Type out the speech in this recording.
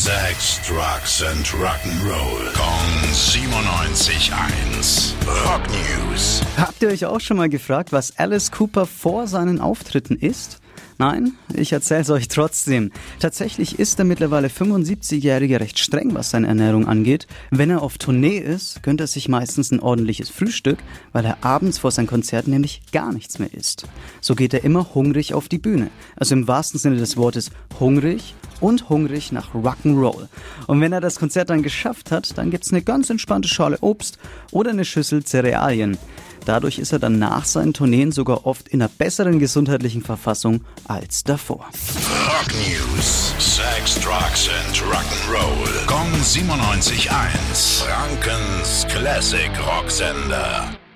Sex, Drugs and Rock'n'Roll. Kong 97.1. Rock News. Habt ihr euch auch schon mal gefragt, was Alice Cooper vor seinen Auftritten isst? Nein, ich erzähl's euch trotzdem. Tatsächlich ist der mittlerweile 75-Jährige recht streng, was seine Ernährung angeht. Wenn er auf Tournee ist, gönnt er sich meistens ein ordentliches Frühstück, weil er abends vor sein Konzert nämlich gar nichts mehr isst. So geht er immer hungrig auf die Bühne. Also im wahrsten Sinne des Wortes hungrig und hungrig nach Rock'n'Roll. Und wenn er das Konzert dann geschafft hat, dann gibt's eine ganz entspannte Schale Obst oder eine Schüssel Cerealien. Dadurch ist er dann nach seinen Tourneen sogar oft in einer besseren gesundheitlichen Verfassung als davor. Rock News. Sex, Drugs and Rock'n'Roll. Kong 97.1. Frankens Classic Rocksender.